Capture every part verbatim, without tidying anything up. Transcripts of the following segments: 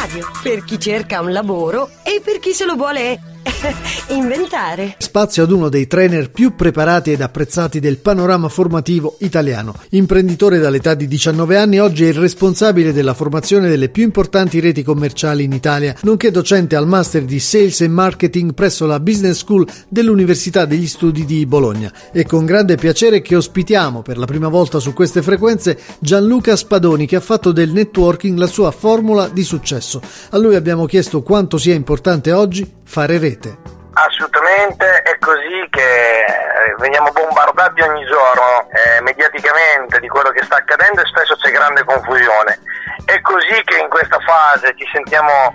radio, per chi cerca un lavoro e per chi se lo vuole inventare. Spazio ad uno dei trainer più preparati ed apprezzati del panorama formativo italiano. Imprenditore dall'età di diciannove anni, oggi è il responsabile della formazione delle più importanti reti commerciali in Italia, nonché docente al Master di Sales e Marketing presso la Business School dell'Università degli Studi di Bologna. È con grande piacere che ospitiamo per la prima volta su queste frequenze Gianluca Spadoni, che ha fatto del networking la sua formula di successo. A lui abbiamo chiesto quanto sia importante oggi fare rete. Assolutamente, è così che veniamo bombardati ogni giorno eh, mediaticamente di quello che sta accadendo e spesso c'è grande confusione. È così che in questa fase ci sentiamo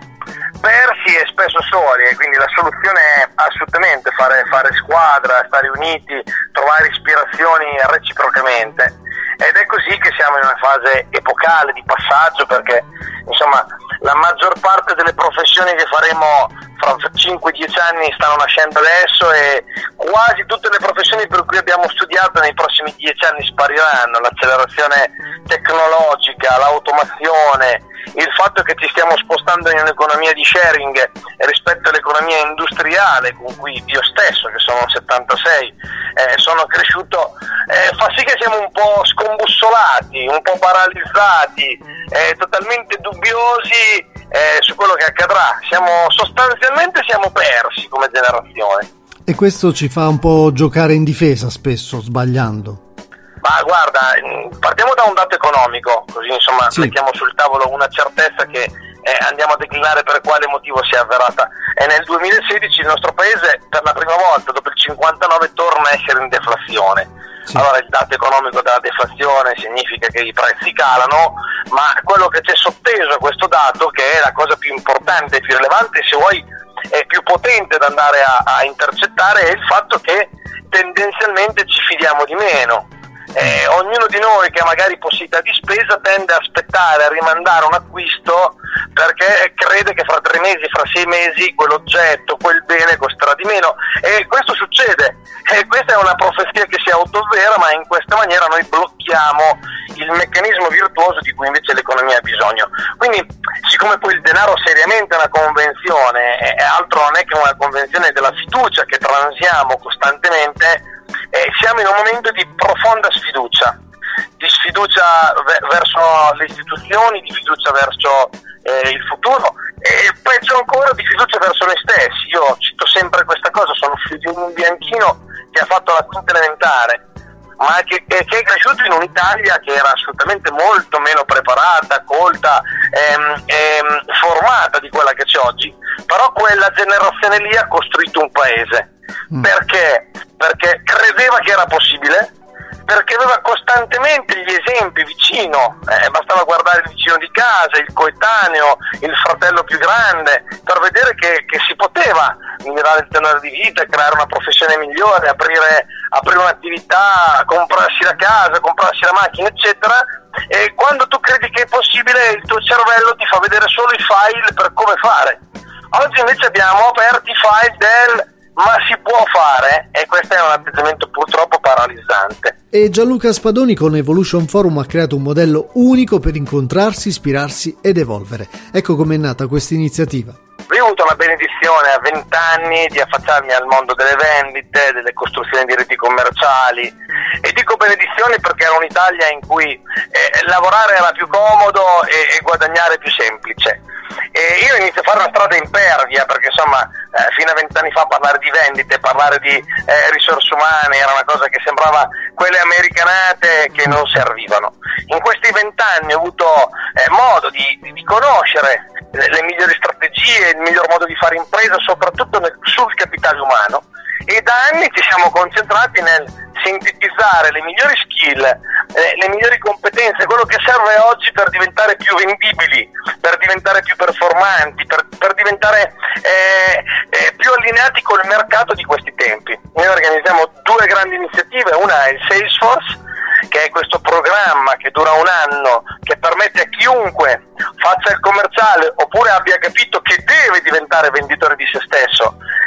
persi e spesso soli, e quindi la soluzione è assolutamente fare, fare squadra, stare uniti, trovare ispirazioni reciprocamente. Ed è così che siamo in una fase epocale di passaggio, perché insomma la maggior parte delle professioni che faremo fra cinque dieci anni stanno nascendo adesso, e quasi tutte le professioni per cui abbiamo studiato nei prossimi dieci anni spariranno. L'accelerazione tecnologica, l'automazione, il fatto che ci stiamo spostando in un'economia di sharing rispetto all'economia industriale con cui io stesso, che sono settantasei, eh, sono cresciuto, eh, fa sì che siamo un po' scombussolati, un po' paralizzati, eh, totalmente dubbiosi eh, su quello che accadrà. Siamo sostanzialmente siamo persi come generazione. E questo ci fa un po' giocare in difesa spesso, sbagliando. Ma guarda, partiamo da un dato economico, così insomma sì. Mettiamo sul tavolo una certezza che eh, andiamo a declinare per quale motivo si è avverata. E nel duemilasedici il nostro paese per la prima volta dopo il cinquantanove torna a essere in deflazione. Sì. Allora il dato economico della deflazione significa che i prezzi calano, ma quello che c'è sotteso a questo dato, che è la cosa più importante, più rilevante, se vuoi è più potente da andare a, a intercettare, è il fatto che tendenzialmente ci fidiamo di meno. Eh, ognuno di noi che ha magari possibilità di spesa tende a aspettare, a rimandare un acquisto perché crede che fra tre mesi, fra sei mesi quell'oggetto, quel bene costerà di meno, e questo succede, e questa è una profezia che si autoavvera, ma in questa maniera noi blocchiamo il meccanismo virtuoso di cui invece l'economia ha bisogno. Quindi siccome poi il denaro seriamente è una convenzione, e altro non è che una convenzione della fiducia che transiamo costantemente, Eh, siamo in un momento di profonda sfiducia, di sfiducia ve- verso le istituzioni, di fiducia verso eh, il futuro, e peggio ancora di fiducia verso noi stessi. Io cito sempre questa cosa: sono figlio di un bianchino che ha fatto la quinta elementare, ma che, che, che è cresciuto in un'Italia che era assolutamente molto meno preparata, colta, ehm, ehm, formata di quella che c'è oggi. Però quella generazione lì ha costruito un paese. Mm. Perché? Perché credeva che era possibile, perché aveva costantemente gli esempi vicino, eh, bastava guardare il vicino di casa, il coetaneo, il fratello più grande, per vedere che, che si poteva migliorare il tenore di vita, creare una professione migliore, aprire, aprire un'attività, comprarsi la casa, comprarsi la macchina, eccetera. E quando tu credi che è possibile, il tuo cervello ti fa vedere solo i file per come fare. Oggi invece abbiamo aperti i file del ma si può fare, e questo è un atteggiamento purtroppo paralizzante. E Gianluca Spadoni con Evolution Forum ha creato un modello unico per incontrarsi, ispirarsi ed evolvere. Ecco com'è nata questa iniziativa. Io ho avuto la benedizione a vent'anni di affacciarmi al mondo delle vendite, delle costruzioni di reti commerciali, e dico benedizione perché era un'Italia in cui eh, lavorare era più comodo e, e guadagnare più semplice. E io inizio a fare una strada impervia, perché insomma eh, fino a vent'anni fa parlare di vendite, parlare di eh, risorse umane era una cosa che sembrava quelle americanate che non servivano. In questi vent'anni ho avuto eh, modo di, di conoscere le, le migliori strategie, il miglior modo di fare impresa, soprattutto nel, sul capitale umano, e da anni ci siamo concentrati nel sintetizzare le migliori skill, eh, le migliori competenze, quello che serve oggi per diventare più vendibili, per diventare più performanti, per, per diventare eh, eh, più allineati col mercato di questi tempi. Noi organizziamo due grandi iniziative, una è il Salesforce, che è questo programma che dura un anno, che permette a chiunque faccia il commerciale oppure abbia capito che deve diventare venditore di se stesso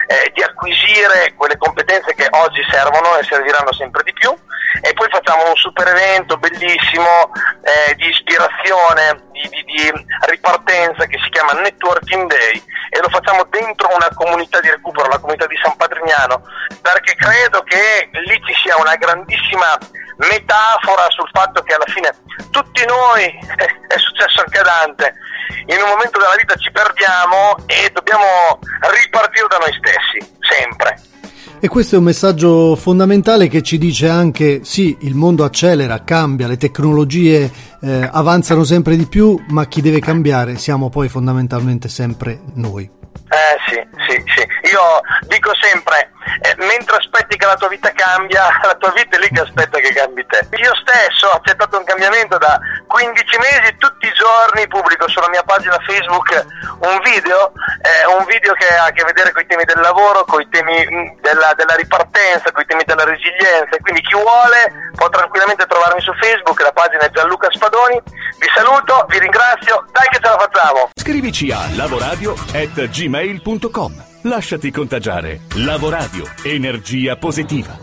eh, di acquisire quelle competenze che oggi servono e serviranno sempre di più, e poi facciamo un super evento bellissimo eh, di ispirazione, di, di, di ripartenza, che si chiama Networking Day, e lo facciamo dentro una comunità di recupero, la comunità di San Patrignano, perché credo che lì ci sia una grandissima metafora sul fatto che alla fine tutti noi, è successo anche a Dante, in un momento della vita ci perdiamo e dobbiamo ripartire da noi stessi, sempre. E questo è un messaggio fondamentale che ci dice anche, sì, il mondo accelera, cambia, le tecnologie eh, avanzano sempre di più, ma chi deve cambiare siamo poi fondamentalmente sempre noi. Eh sì, sì, sì. Io dico sempre, eh, mentre aspetti che la tua vita cambia, la tua vita è lì che aspetta che cambi te. Io stesso ho accettato un cambiamento da quindici mesi, tutti i giorni pubblico sulla mia pagina Facebook un video, eh, un video che ha a che vedere con i temi del lavoro, con i temi della, della ripartenza, con i temi della resilienza, e quindi chi vuole può tranquillamente trovarmi su Facebook, la pagina è Gianluca Spadoni. Vi saluto, vi ringrazio, dai che ce la facciamo! Scrivici a lavoradio at gmail punto com. Lasciati contagiare. Lavoradio, energia positiva.